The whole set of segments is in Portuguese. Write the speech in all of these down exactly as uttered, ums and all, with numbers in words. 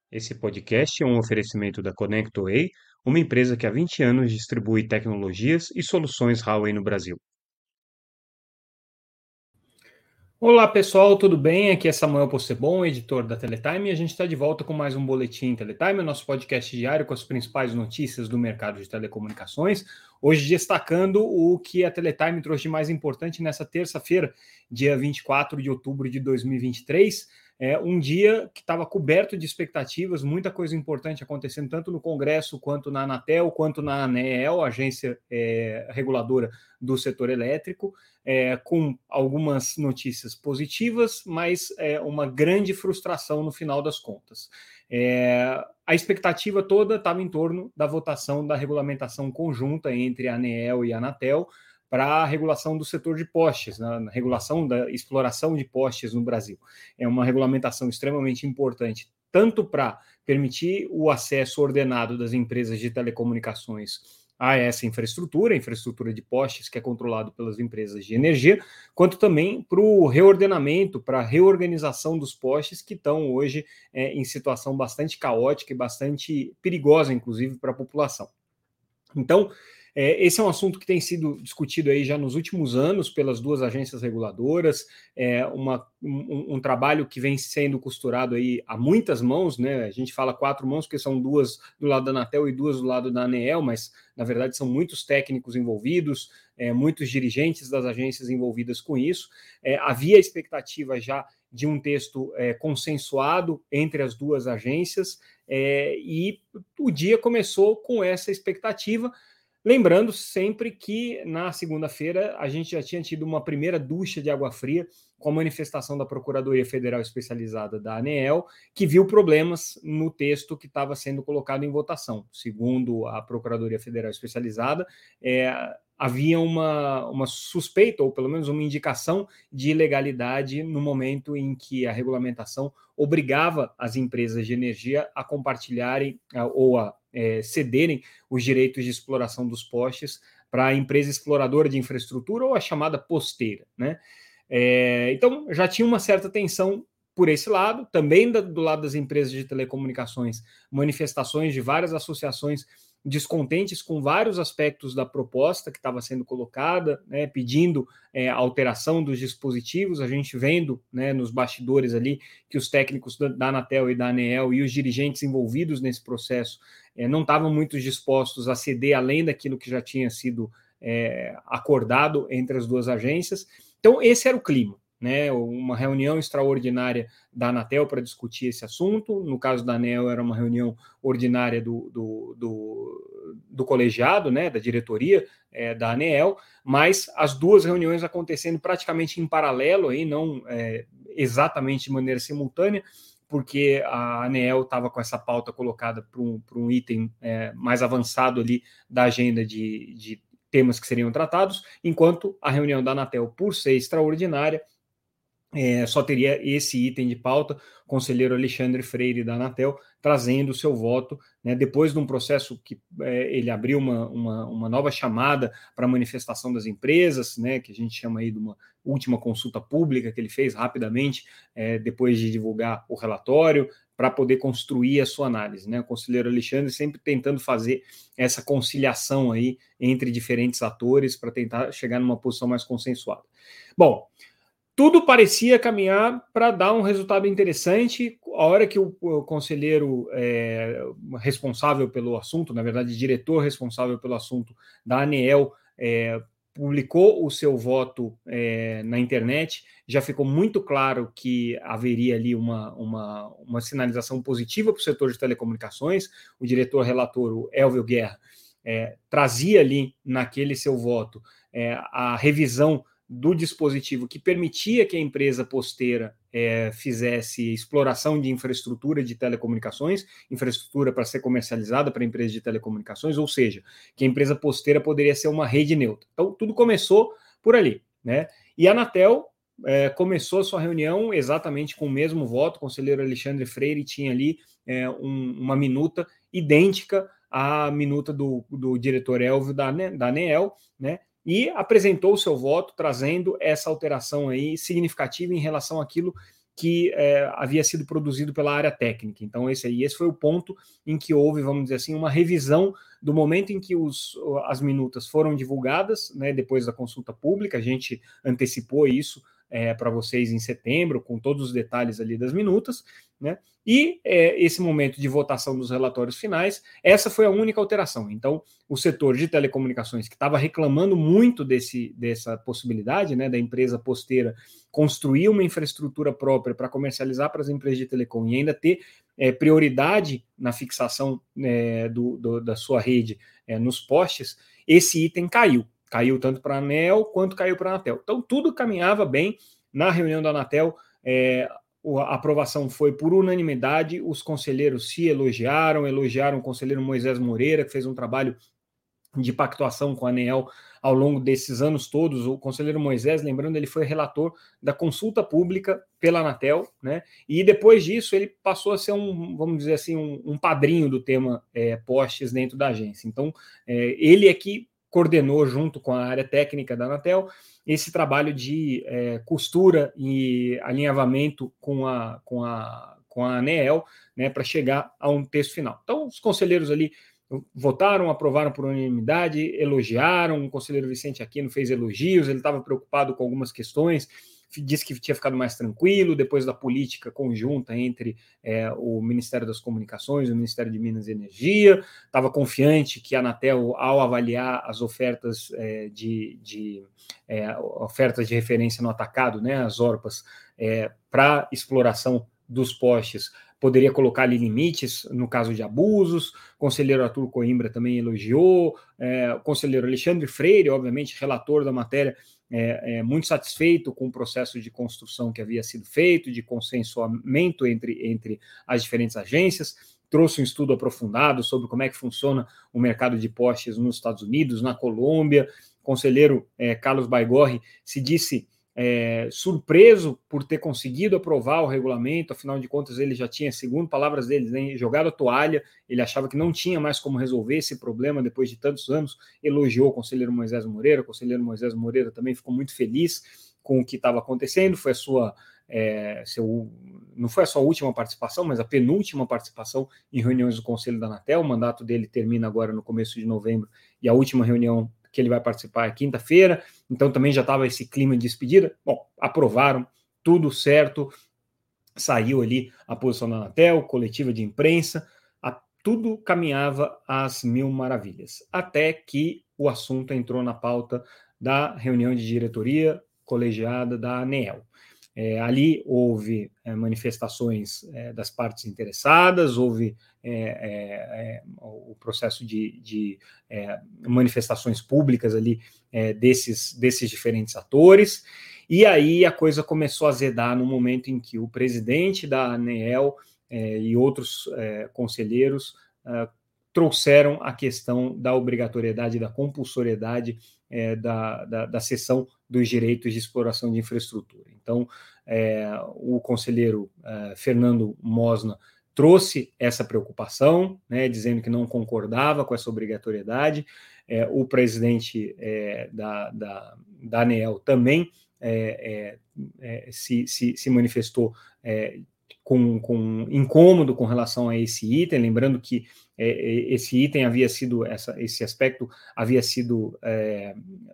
Esse podcast é um oferecimento da ConnectWay, uma empresa que há vinte anos distribui tecnologias e soluções Huawei no Brasil. Olá pessoal, tudo bem? Aqui é Samuel Possebon, editor da Teletime, e a gente está de volta com mais um Boletim Teletime, o nosso podcast diário com as principais notícias do mercado de telecomunicações. Hoje destacando o que a Teletime trouxe de mais importante nessa terça-feira, dia vinte e quatro de outubro de dois mil e vinte e três. É um dia que estava coberto de expectativas, muita coisa importante acontecendo tanto no Congresso, quanto na Anatel, quanto na ANEEL, agência é, reguladora do setor elétrico, é, com algumas notícias positivas, mas é, uma grande frustração no final das contas. É, a expectativa toda estava em torno da votação da regulamentação conjunta entre a ANEEL e a Anatel, para a regulação do setor de postes, né, na regulação da exploração de postes no Brasil. É uma regulamentação extremamente importante, tanto para permitir o acesso ordenado das empresas de telecomunicações a essa infraestrutura, a infraestrutura de postes que é controlado pelas empresas de energia, quanto também para o reordenamento, para a reorganização dos postes que estão hoje é, em situação bastante caótica e bastante perigosa, inclusive, para a população. Então, é, esse é um assunto que tem sido discutido aí já nos últimos anos pelas duas agências reguladoras, é uma, um, um trabalho que vem sendo costurado aí a muitas mãos, né? A gente fala quatro mãos, porque são duas do lado da Anatel e duas do lado da ANEEL, mas na verdade são muitos técnicos envolvidos, é, muitos dirigentes das agências envolvidas com isso. É, havia expectativa já de um texto é, consensuado entre as duas agências, é, e o dia começou com essa expectativa, lembrando sempre que na segunda-feira a gente já tinha tido uma primeira ducha de água fria com a manifestação da Procuradoria Federal Especializada da ANEEL, que viu problemas no texto que estava sendo colocado em votação. Segundo a Procuradoria Federal Especializada, é, havia uma, uma suspeita, ou pelo menos uma indicação de ilegalidade no momento em que a regulamentação obrigava as empresas de energia a compartilharem ou a é, cederem os direitos de exploração dos postes para a empresa exploradora de infraestrutura ou a chamada posteira, né? É, então, já tinha uma certa tensão por esse lado, também do lado das empresas de telecomunicações, manifestações de várias associações descontentes com vários aspectos da proposta que estava sendo colocada, né, pedindo é, alteração dos dispositivos, a gente vendo, né, nos bastidores ali que os técnicos da Anatel e da ANEEL e os dirigentes envolvidos nesse processo é, não estavam muito dispostos a ceder além daquilo que já tinha sido é, acordado entre as duas agências. Então, esse era o clima, né? Uma reunião extraordinária da Anatel para discutir esse assunto. No caso da ANEEL, era uma reunião ordinária do, do, do, do colegiado, né? Da diretoria é, da ANEEL, mas as duas reuniões acontecendo praticamente em paralelo, aí, não é, exatamente de maneira simultânea, porque a ANEEL estava com essa pauta colocada para um, para um item é, mais avançado ali da agenda de, de temas que seriam tratados, enquanto a reunião da Anatel, por ser extraordinária, é, só teria esse item de pauta, o conselheiro Alexandre Freire da Anatel trazendo o seu voto, né, depois de um processo que é, ele abriu uma, uma, uma nova chamada para manifestação das empresas, né, que a gente chama aí de uma última consulta pública que ele fez rapidamente, é, depois de divulgar o relatório, para poder construir a sua análise, né? O conselheiro Alexandre sempre tentando fazer essa conciliação aí entre diferentes atores para tentar chegar numa posição mais consensuada. Bom, tudo parecia caminhar para dar um resultado interessante. A hora que o, o conselheiro é, responsável pelo assunto, na verdade, diretor responsável pelo assunto da ANEEL, é, publicou o seu voto é, na internet, já ficou muito claro que haveria ali uma, uma, uma sinalização positiva para o setor de telecomunicações. O diretor relator, o Elvio Guerra, é, trazia ali naquele seu voto é, a revisão do dispositivo que permitia que a empresa posteira é, fizesse exploração de infraestrutura de telecomunicações, infraestrutura para ser comercializada para empresas de telecomunicações, ou seja, que a empresa posteira poderia ser uma rede neutra. Então, tudo começou por ali, né? E a Anatel é, começou a sua reunião exatamente com o mesmo voto, o conselheiro Alexandre Freire tinha ali é, um, uma minuta idêntica à minuta do, do diretor Elvio da, da ANEEL, né? E apresentou o seu voto, trazendo essa alteração aí significativa em relação àquilo que é, havia sido produzido pela área técnica. Então, esse aí, esse foi o ponto em que houve, vamos dizer assim, uma revisão do momento em que os, as minutas foram divulgadas, né, depois da consulta pública. A gente antecipou isso é, para vocês em setembro, com todos os detalhes ali das minutas, né? E é, esse momento de votação dos relatórios finais, essa foi a única alteração. Então, o setor de telecomunicações, que estava reclamando muito desse, dessa possibilidade, né, da empresa posteira construir uma infraestrutura própria para comercializar para as empresas de telecom e ainda ter é, prioridade na fixação é, do, do, da sua rede é, nos postes, esse item caiu. Caiu tanto para a ANEEL quanto caiu para a Anatel. Então, tudo caminhava bem. Na reunião da Anatel, é, a aprovação foi por unanimidade, os conselheiros se elogiaram, elogiaram o conselheiro Moisés Moreira, que fez um trabalho de pactuação com a ANEEL ao longo desses anos todos. O conselheiro Moisés, lembrando, ele foi relator da consulta pública pela Anatel, né? E depois disso ele passou a ser um, vamos dizer assim, um, um padrinho do tema é, postes dentro da agência. Então, é, ele é que coordenou, junto com a área técnica da Anatel, esse trabalho de é, costura e alinhavamento com a, com a, com a ANEEL, né, para chegar a um texto final. Então, os conselheiros ali votaram, aprovaram por unanimidade, elogiaram, o conselheiro Vicente Aquino fez elogios, ele estava preocupado com algumas questões, disse que tinha ficado mais tranquilo depois da política conjunta entre é, o Ministério das Comunicações e o Ministério de Minas e Energia, estava confiante que a Anatel, ao avaliar as ofertas é, de, de é, ofertas de referência no atacado, né, as O R P As, é, para exploração dos postes, poderia colocar ali limites no caso de abusos. O conselheiro Arthur Coimbra também elogiou, é, o conselheiro Alexandre Freire, obviamente, relator da matéria, é, é, muito satisfeito com o processo de construção que havia sido feito, de consensuamento entre, entre as diferentes agências, trouxe um estudo aprofundado sobre como é que funciona o mercado de postes nos Estados Unidos, na Colômbia. O conselheiro é, Carlos Baigorre se disse É, surpreso por ter conseguido aprovar o regulamento, afinal de contas ele já tinha, segundo palavras dele, né, jogado a toalha, ele achava que não tinha mais como resolver esse problema depois de tantos anos, elogiou o conselheiro Moisés Moreira, o conselheiro Moisés Moreira também ficou muito feliz com o que estava acontecendo, foi a sua, é, seu, não foi a sua última participação, mas a penúltima participação em reuniões do Conselho da Anatel. O mandato dele termina agora no começo de novembro, e a última reunião que ele vai participar é quinta-feira, então também já estava esse clima de despedida. Bom, aprovaram, tudo certo, saiu ali a posição da Anatel, coletiva de imprensa, a, tudo caminhava às mil maravilhas, até que o assunto entrou na pauta da reunião de diretoria colegiada da ANEEL. É, ali houve é, manifestações é, das partes interessadas, houve é, é, o processo de, de é, manifestações públicas ali é, desses, desses diferentes atores, e aí a coisa começou a azedar no momento em que o presidente da ANEEL é, e outros é, conselheiros é, trouxeram a questão da obrigatoriedade, da compulsoriedade é, da, da, da cessão dos direitos de exploração de infraestrutura. Então, é, o conselheiro é, Fernando Mosna trouxe essa preocupação, né, dizendo que não concordava com essa obrigatoriedade. É, o presidente é, da, da, da ANEEL também é, é, se, se, se manifestou é, com, com incômodo com relação a esse item, lembrando que é, esse item havia sido, essa, esse aspecto havia sido é,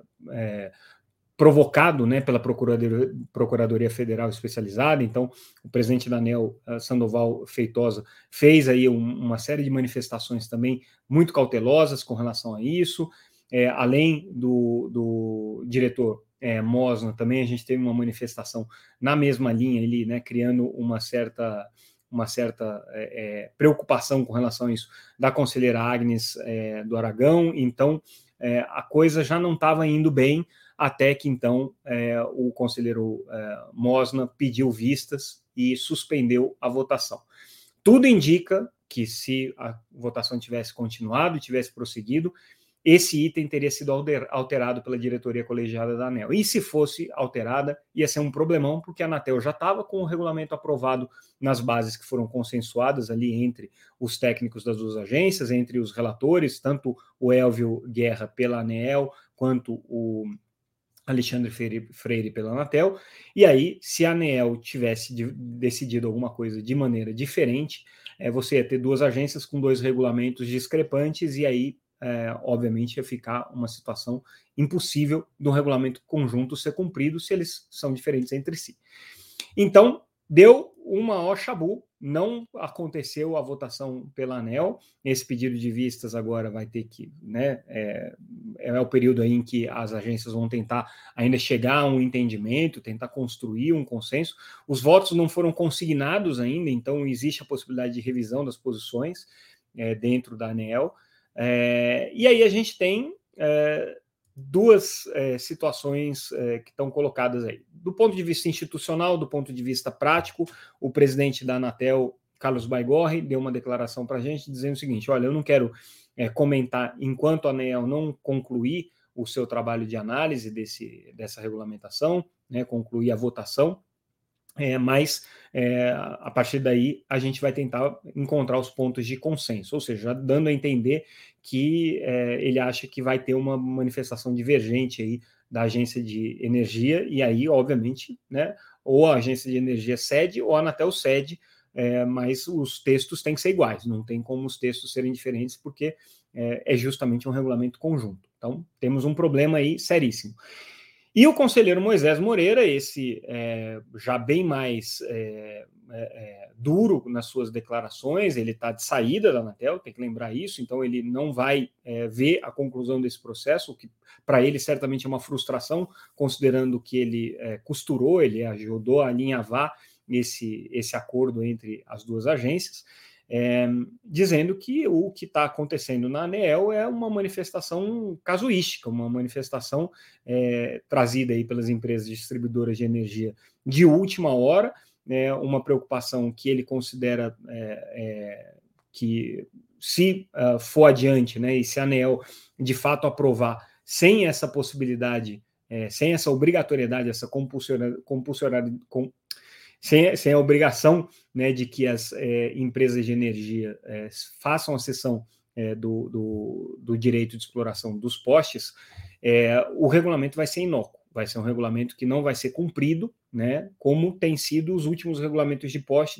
é, provocado, né, pela Procuradoria, Procuradoria Federal Especializada. Então, o presidente da ANEEL, Sandoval Feitosa, fez aí um, uma série de manifestações também muito cautelosas com relação a isso. É, além do, do diretor é, Mosna, também a gente teve uma manifestação na mesma linha ali, né, criando uma certa, uma certa é, é, preocupação com relação a isso da conselheira Agnes é, do Aragão. Então, é, a coisa já não estava indo bem, até que então é, o conselheiro é, Mosna pediu vistas e suspendeu a votação. Tudo indica que, se a votação tivesse continuado, tivesse prosseguido, esse item teria sido alterado pela diretoria colegiada da ANEEL. E se fosse alterada, ia ser um problemão, porque a Anatel já estava com o regulamento aprovado nas bases que foram consensuadas ali entre os técnicos das duas agências, entre os relatores, tanto o Elvio Guerra pela ANEEL, quanto o Alexandre Freire, Freire pela Anatel, e aí, se a ANEEL tivesse de, decidido alguma coisa de maneira diferente, é, você ia ter duas agências com dois regulamentos discrepantes, e aí, é, obviamente, ia ficar uma situação impossível de um regulamento conjunto ser cumprido se eles são diferentes entre si. Então, deu um maior chabu, não aconteceu a votação pela ANEEL, esse pedido de vistas agora vai ter que, né, é, é o período aí em que as agências vão tentar ainda chegar a um entendimento, tentar construir um consenso, os votos não foram consignados ainda, então existe a possibilidade de revisão das posições é, dentro da ANEEL, é, e aí a gente tem... É, duas é, situações é, que estão colocadas aí. Do ponto de vista institucional, do ponto de vista prático, o presidente da Anatel, Carlos Baigorre, deu uma declaração para a gente dizendo o seguinte: olha, eu não quero é, comentar enquanto a ANEEL não concluir o seu trabalho de análise desse, dessa regulamentação, né, concluir a votação, É, mas é, a partir daí a gente vai tentar encontrar os pontos de consenso, ou seja, dando a entender que é, ele acha que vai ter uma manifestação divergente aí da agência de energia, e aí, obviamente, né, ou a agência de energia cede ou a Anatel cede, é, mas os textos têm que ser iguais, não tem como os textos serem diferentes, porque é, é justamente um regulamento conjunto. Então, temos um problema aí seríssimo. E o conselheiro Moisés Moreira, esse é, já bem mais é, é, duro nas suas declarações, ele está de saída da Anatel, tem que lembrar isso, então ele não vai é, ver a conclusão desse processo, o que para ele certamente é uma frustração, considerando que ele é, costurou, ele ajudou a alinhavar esse, esse acordo entre as duas agências. É, dizendo que o que está acontecendo na ANEEL é uma manifestação casuística, uma manifestação é, trazida aí pelas empresas distribuidoras de energia de última hora, é, uma preocupação que ele considera é, é, que, se uh, for adiante, né, e se a ANEEL de fato aprovar sem essa possibilidade, é, sem essa obrigatoriedade, essa compulsoriedade, compulsoriedade com, sem, sem a obrigação, né, de que as é, empresas de energia é, façam a cessão é, do, do, do direito de exploração dos postes, é, o regulamento vai ser inócuo, vai ser um regulamento que não vai ser cumprido, né, como tem sido os últimos regulamentos de poste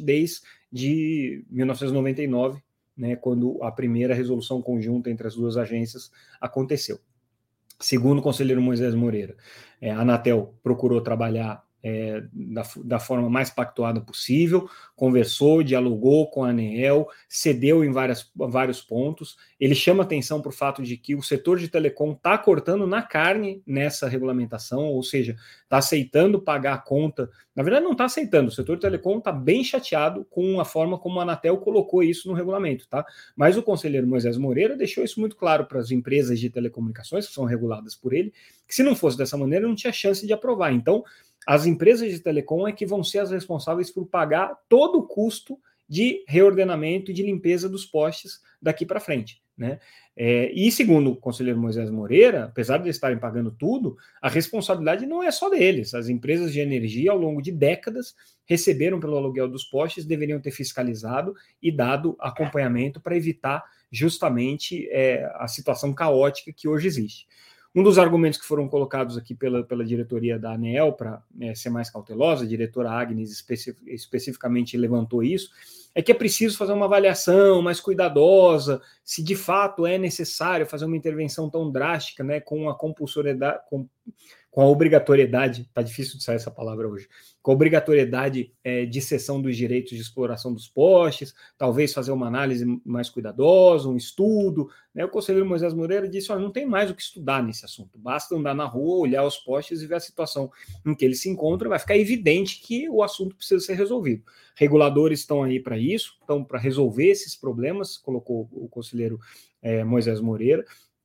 desde mil novecentos e noventa e nove, né, quando a primeira resolução conjunta entre as duas agências aconteceu. Segundo o conselheiro Moisés Moreira, é, a Anatel procurou trabalhar É, da, da forma mais pactuada possível, conversou, dialogou com a ANEEL, cedeu em várias, vários pontos. Ele chama atenção para o fato de que o setor de telecom está cortando na carne nessa regulamentação, ou seja, está aceitando pagar a conta. Na verdade, não está aceitando, o setor de telecom está bem chateado com a forma como a Anatel colocou isso no regulamento, tá? Mas o conselheiro Moisés Moreira deixou isso muito claro para as empresas de telecomunicações, que são reguladas por ele, que se não fosse dessa maneira, não tinha chance de aprovar. Então, as empresas de telecom é que vão ser as responsáveis por pagar todo o custo de reordenamento e de limpeza dos postes daqui para frente, né? É, e segundo o conselheiro Moisés Moreira, apesar de eles estarem pagando tudo, a responsabilidade não é só deles. As empresas de energia, ao longo de décadas, receberam pelo aluguel dos postes, deveriam ter fiscalizado e dado acompanhamento para evitar justamente é, a situação caótica que hoje existe. Um dos argumentos que foram colocados aqui pela, pela diretoria da ANEEL para é, ser mais cautelosa, a diretora Agnes especi especificamente levantou isso, é que é preciso fazer uma avaliação mais cuidadosa, se de fato é necessário fazer uma intervenção tão drástica, né, com a compulsoriedade, com, com a obrigatoriedade, tá difícil de sair essa palavra hoje, com a obrigatoriedade é, de cessão dos direitos de exploração dos postes, talvez fazer uma análise mais cuidadosa, um estudo, né? O conselheiro Moisés Moreira disse, olha, não tem mais o que estudar nesse assunto, basta andar na rua, olhar os postes e ver a situação em que ele se encontra, vai ficar evidente que o assunto precisa ser resolvido. Reguladores estão aí para isso, estão para resolver esses problemas, colocou o conselheiro é, Moisés Moreira.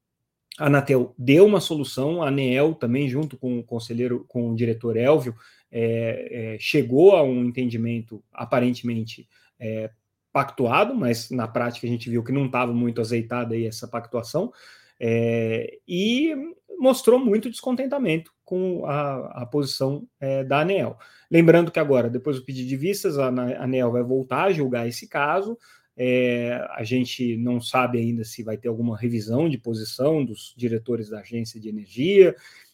A Anatel deu uma solução, a ANEEL também, junto com o conselheiro, com o diretor Elvio, é, é, chegou a um entendimento aparentemente é, pactuado, mas na prática a gente viu que não estava muito azeitada aí essa pactuação, é, e mostrou muito descontentamento com a, a posição é, da ANEEL. Lembrando que agora, depois do pedido de vistas, a ANEEL vai voltar a julgar esse caso. É, a gente não sabe ainda se vai ter alguma revisão de posição dos diretores da agência de energia,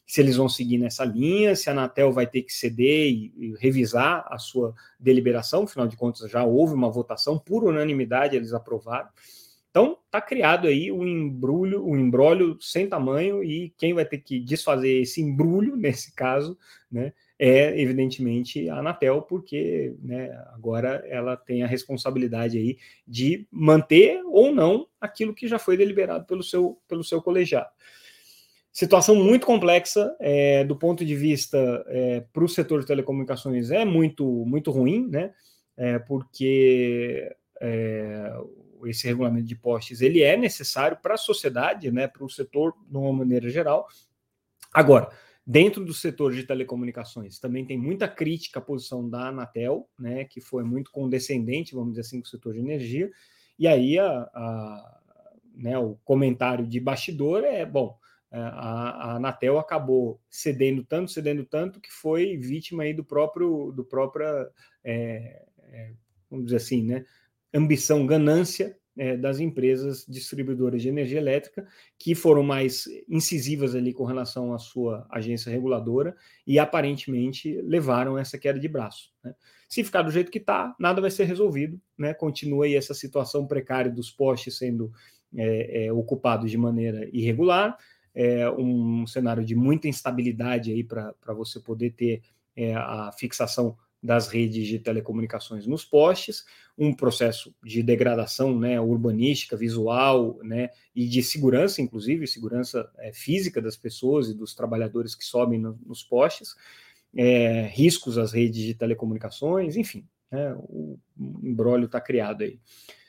se eles vão seguir nessa linha, se a Anatel vai ter que ceder e, e revisar a sua deliberação, afinal de contas já houve uma votação, por unanimidade eles aprovaram. Então, está criado aí um embrulho, um embrólio sem tamanho, e quem vai ter que desfazer esse embrulho, nesse caso, né, é, evidentemente, a Anatel, porque, né, agora ela tem a responsabilidade aí de manter ou não aquilo que já foi deliberado pelo seu, pelo seu colegiado. Situação muito complexa, é, do ponto de vista é, para o setor de telecomunicações é muito, muito ruim, né, é, porque... É, esse regulamento de postes ele é necessário para a sociedade, né, para o setor de uma maneira geral. Agora, dentro do setor de telecomunicações, também tem muita crítica à posição da Anatel, né, que foi muito condescendente, vamos dizer assim, com o setor de energia, e aí a, a, né, o comentário de bastidor é, bom, a, a Anatel acabou cedendo tanto, cedendo tanto, que foi vítima aí do próprio, do própria, é, é, vamos dizer assim, né, ambição, ganância é, das empresas distribuidoras de energia elétrica, que foram mais incisivas ali com relação à sua agência reguladora e aparentemente levaram essa queda de braço, né? Se ficar do jeito que está, nada vai ser resolvido, né? Continua aí essa situação precária dos postes sendo é, é, ocupados de maneira irregular, é, um cenário de muita instabilidade aí para você poder ter é, a fixação das redes de telecomunicações nos postes, um processo de degradação, né, urbanística, visual, né, e de segurança, inclusive, segurança é, física das pessoas e dos trabalhadores que sobem no, nos postes, é, riscos às redes de telecomunicações, enfim, né, o, o imbróglio está criado aí.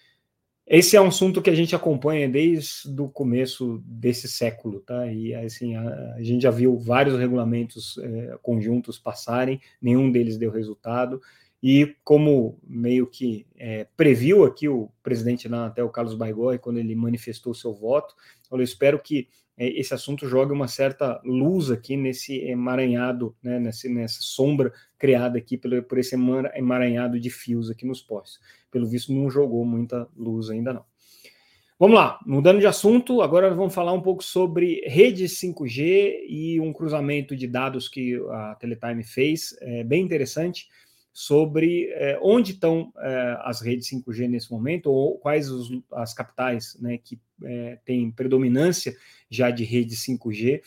Esse é um assunto que a gente acompanha desde o começo desse século, tá? E assim, a, a gente já viu vários regulamentos é, conjuntos passarem, nenhum deles deu resultado. E como meio que é, previu aqui o presidente da Anatel, Carlos Baigorre, quando ele manifestou seu voto, eu espero que é, esse assunto jogue uma certa luz aqui nesse emaranhado, né, nessa, nessa sombra criada aqui por, por esse emaranhado de fios aqui nos postes. Pelo visto, não jogou muita luz ainda não. Vamos lá, mudando de assunto, agora vamos falar um pouco sobre rede cinco G e um cruzamento de dados que a Teletime fez, é, bem interessante, sobre é, onde estão é, as redes cinco G nesse momento, ou quais os, as capitais, né, que é, têm predominância já de rede cinco G,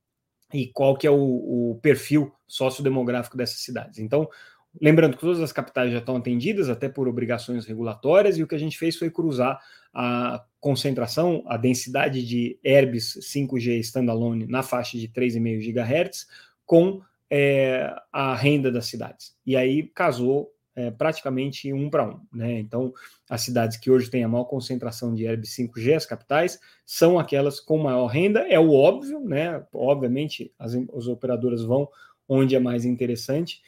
e qual que é o, o perfil sociodemográfico dessas cidades. Então, lembrando que todas as capitais já estão atendidas, até por obrigações regulatórias, e o que a gente fez foi cruzar a concentração, a densidade de Herbis cinco G standalone na faixa de três vírgula cinco gigahertz com é, a renda das cidades. E aí casou é, praticamente um para um, né? Então, as cidades que hoje têm a maior concentração de Herbis cinco G, as capitais, são aquelas com maior renda, é o óbvio, né? Obviamente, as, as operadoras vão onde é mais interessante,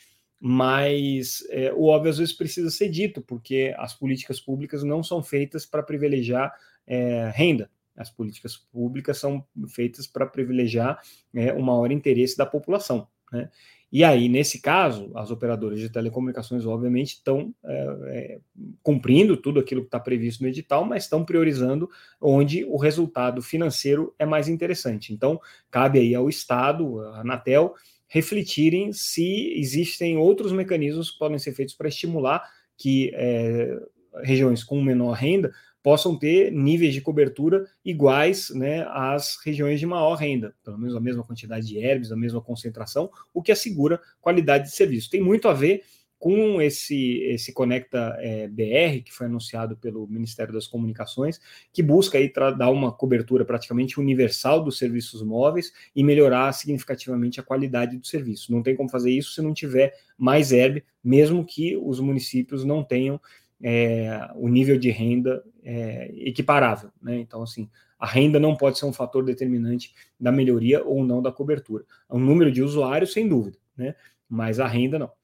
mas é, o óbvio às vezes precisa ser dito, porque as políticas públicas não são feitas para privilegiar é, renda. As políticas públicas são feitas para privilegiar é, o maior interesse da população, né? E aí, nesse caso, as operadoras de telecomunicações, obviamente, estão é, é, cumprindo tudo aquilo que está previsto no edital, mas estão priorizando onde o resultado financeiro é mais interessante. Então, cabe aí ao Estado, à Anatel, refletirem se existem outros mecanismos que podem ser feitos para estimular que é, regiões com menor renda possam ter níveis de cobertura iguais, né, às regiões de maior renda, pelo menos a mesma quantidade de Herbis, a mesma concentração, o que assegura qualidade de serviço. Tem muito a ver com esse, esse Conecta é, B R, que foi anunciado pelo Ministério das Comunicações, que busca aí dar uma cobertura praticamente universal dos serviços móveis e melhorar significativamente a qualidade do serviço. Não tem como fazer isso se não tiver mais Herb, mesmo que os municípios não tenham é, o nível de renda é, equiparável, né? Então, assim, a renda não pode ser um fator determinante da melhoria ou não da cobertura. O número de usuários, sem dúvida, né? Mas a renda não.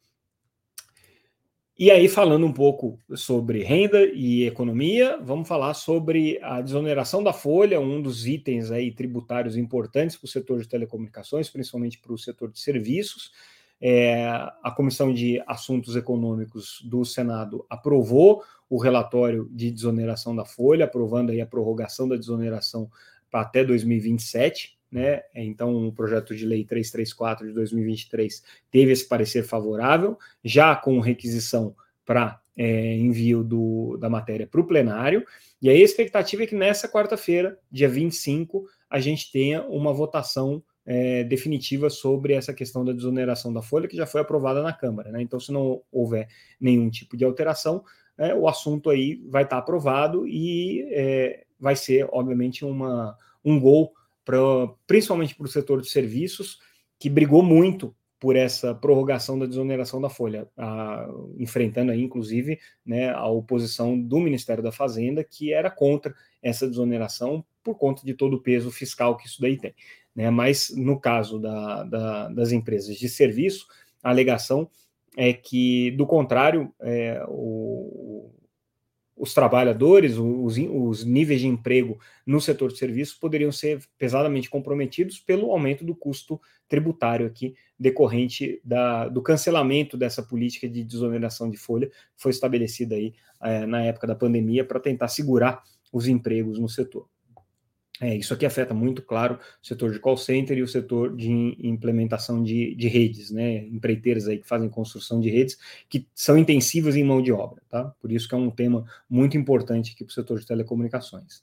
E aí, falando um pouco sobre renda e economia, vamos falar sobre a desoneração da folha, um dos itens aí tributários importantes para o setor de telecomunicações, principalmente para o setor de serviços. É, a Comissão de Assuntos Econômicos do Senado aprovou o relatório de desoneração da folha, aprovando aí a prorrogação da desoneração para até dois mil e vinte e sete, né? Então, o projeto de lei trezentos e trinta e quatro de dois mil e vinte e três teve esse parecer favorável, já com requisição para é, envio do, da matéria para o plenário, e a expectativa é que nessa quarta-feira, dia vinte e cinco, a gente tenha uma votação é, definitiva sobre essa questão da desoneração da folha, que já foi aprovada na Câmara, né? Então, se não houver nenhum tipo de alteração, é, o assunto aí vai estar aprovado e é, vai ser, obviamente, uma, um gol, pra, principalmente para o setor de serviços, que brigou muito por essa prorrogação da desoneração da folha, a, enfrentando aí, inclusive, né, a oposição do Ministério da Fazenda, que era contra essa desoneração por conta de todo o peso fiscal que isso daí tem, né? Mas, no caso da, da, das empresas de serviço, a alegação é que, do contrário, é, o, os trabalhadores, os, os níveis de emprego no setor de serviços poderiam ser pesadamente comprometidos pelo aumento do custo tributário aqui, decorrente da, do cancelamento dessa política de desoneração de folha, que foi estabelecida aí é, na época da pandemia para tentar segurar os empregos no setor. É, isso aqui afeta muito, claro, o setor de call center e o setor de implementação de, de redes, né? Empreiteiras aí que fazem construção de redes, que são intensivas em mão de obra, tá? Por isso que é um tema muito importante aqui para o setor de telecomunicações.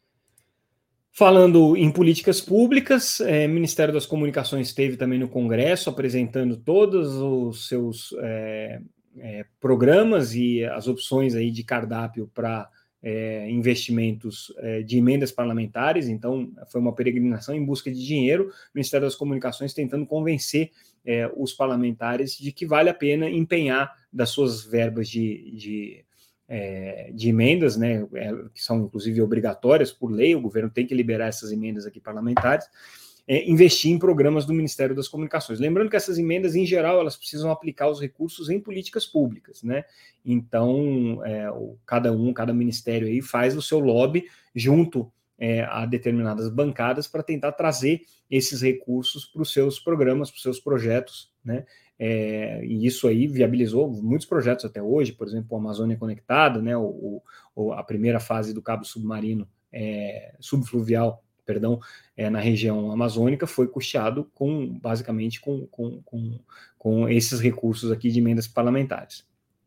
Falando em políticas públicas, é, o Ministério das Comunicações esteve também no Congresso apresentando todos os seus é, é, programas e as opções aí de cardápio para É, investimentos é, de emendas parlamentares. Então, foi uma peregrinação em busca de dinheiro, o Ministério das Comunicações tentando convencer é, os parlamentares de que vale a pena empenhar das suas verbas de, de, é, de emendas, né, que são inclusive obrigatórias por lei, o governo tem que liberar essas emendas aqui parlamentares, É, investir em programas do Ministério das Comunicações. Lembrando que essas emendas, em geral, elas precisam aplicar os recursos em políticas públicas, né? Então, é, o, cada um, cada ministério aí faz o seu lobby junto é, a determinadas bancadas para tentar trazer esses recursos para os seus programas, para os seus projetos, né? É, e isso aí viabilizou muitos projetos até hoje, por exemplo, a Amazônia Conectada, né? O, o, a primeira fase do cabo submarino é, subfluvial, perdão, é, na região amazônica, foi custeado com, basicamente com, com, com, com esses recursos aqui de emendas parlamentares.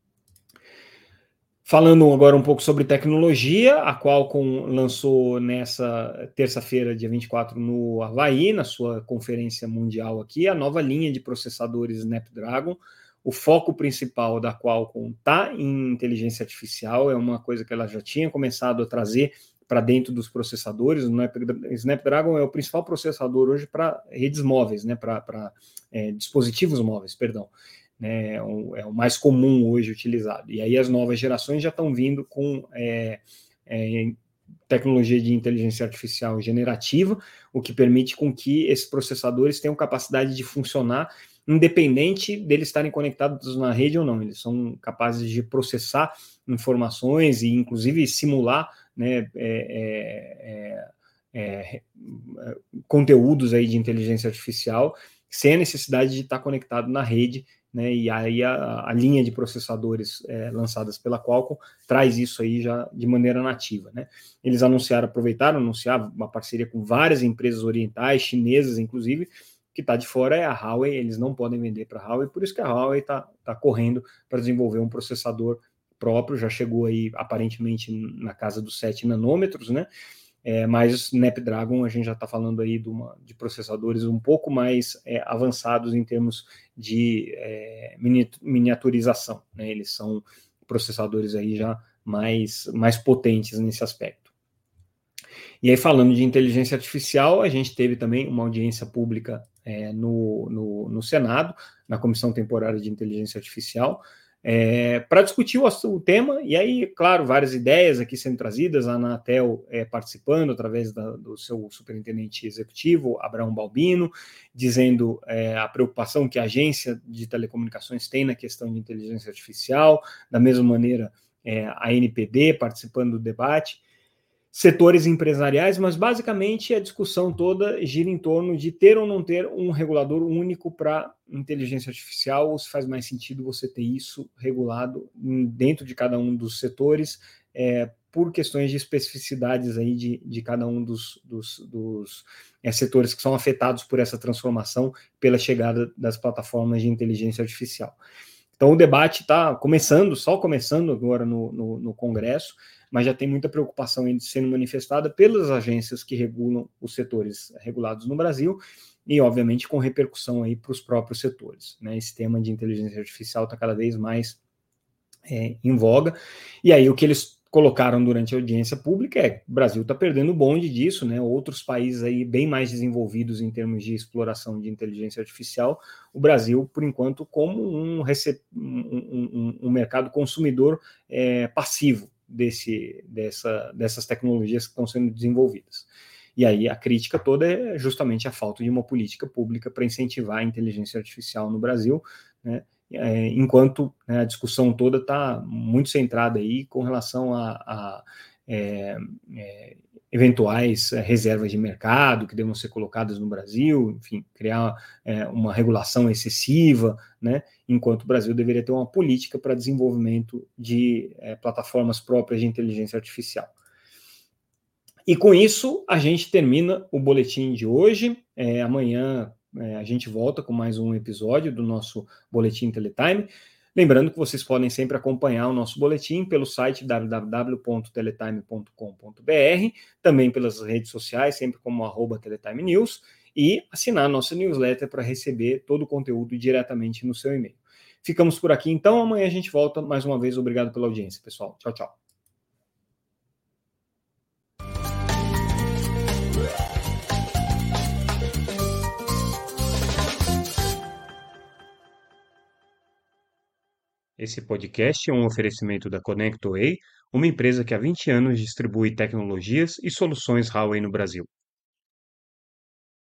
Falando agora um pouco sobre tecnologia, a Qualcomm lançou nessa terça-feira, dia vinte e quatro, no Havaí, na sua conferência mundial aqui, a nova linha de processadores Snapdragon. O foco principal da Qualcomm está em inteligência artificial, é uma coisa que ela já tinha começado a trazer para dentro dos processadores. O Snapdragon é o principal processador hoje para redes móveis, né, para é, dispositivos móveis, perdão. É o, é o mais comum hoje utilizado. E aí as novas gerações já estão vindo com é, é, tecnologia de inteligência artificial generativa, o que permite com que esses processadores tenham capacidade de funcionar independente deles estarem conectados na rede ou não. Eles são capazes de processar informações e inclusive simular, né, é, é, é, conteúdos aí de inteligência artificial sem a necessidade de estar conectado na rede, né, e aí a, a linha de processadores é, lançadas pela Qualcomm traz isso aí já de maneira nativa, né? Eles anunciaram, aproveitaram, anunciaram uma parceria com várias empresas orientais, chinesas inclusive, que está de fora é a Huawei, eles não podem vender para a Huawei, por isso que a Huawei está tá correndo para desenvolver um processador próprio, já chegou aí aparentemente na casa dos sete nanômetros, né? É, mas Snapdragon a gente já está falando aí de, uma, de processadores um pouco mais é, avançados em termos de é, miniaturização, né? Eles são processadores aí já mais, mais potentes nesse aspecto. E aí, falando de inteligência artificial, a gente teve também uma audiência pública é, no, no, no Senado, na Comissão Temporária de Inteligência Artificial, É, para discutir o, o tema, e aí, claro, várias ideias aqui sendo trazidas, a Anatel é, participando através da, do seu superintendente executivo, Abraão Balbino, dizendo é, a preocupação que a agência de telecomunicações tem na questão de inteligência artificial, da mesma maneira é, a N P D participando do debate, setores empresariais, mas basicamente a discussão toda gira em torno de ter ou não ter um regulador único para inteligência artificial, ou se faz mais sentido você ter isso regulado dentro de cada um dos setores, é, por questões de especificidades aí de, de cada um dos, dos, dos é, setores que são afetados por essa transformação pela chegada das plataformas de inteligência artificial. Então, o debate está começando, só começando agora no, no, no Congresso, mas já tem muita preocupação sendo manifestada pelas agências que regulam os setores regulados no Brasil e, obviamente, com repercussão aí para os próprios setores, né? Esse tema de inteligência artificial está cada vez mais é, em voga, e aí o que eles colocaram durante a audiência pública é o Brasil está perdendo o bonde disso, né? Outros países aí bem mais desenvolvidos em termos de exploração de inteligência artificial, o Brasil, por enquanto, como um, recep... um, um, um mercado consumidor é, passivo desse, dessa, dessas tecnologias que estão sendo desenvolvidas. E aí a crítica toda é justamente a falta de uma política pública para incentivar a inteligência artificial no Brasil, né? É, enquanto, né, a discussão toda está muito centrada aí com relação a, a é, é, eventuais reservas de mercado que devam ser colocadas no Brasil, enfim, criar é, uma regulação excessiva, né, enquanto o Brasil deveria ter uma política para desenvolvimento de é, plataformas próprias de inteligência artificial. E com isso, a gente termina o boletim de hoje. É, amanhã é, a gente volta com mais um episódio do nosso Boletim Teletime. Lembrando que vocês podem sempre acompanhar o nosso boletim pelo site w w w ponto teletime ponto com ponto b r, também pelas redes sociais, sempre como arroba Teletime News, e assinar a nossa newsletter para receber todo o conteúdo diretamente no seu e-mail. Ficamos por aqui, então. Amanhã a gente volta. Mais uma vez, obrigado pela audiência, pessoal. Tchau, tchau. Esse podcast é um oferecimento da ConnectWay, uma empresa que há vinte anos distribui tecnologias e soluções Huawei no Brasil.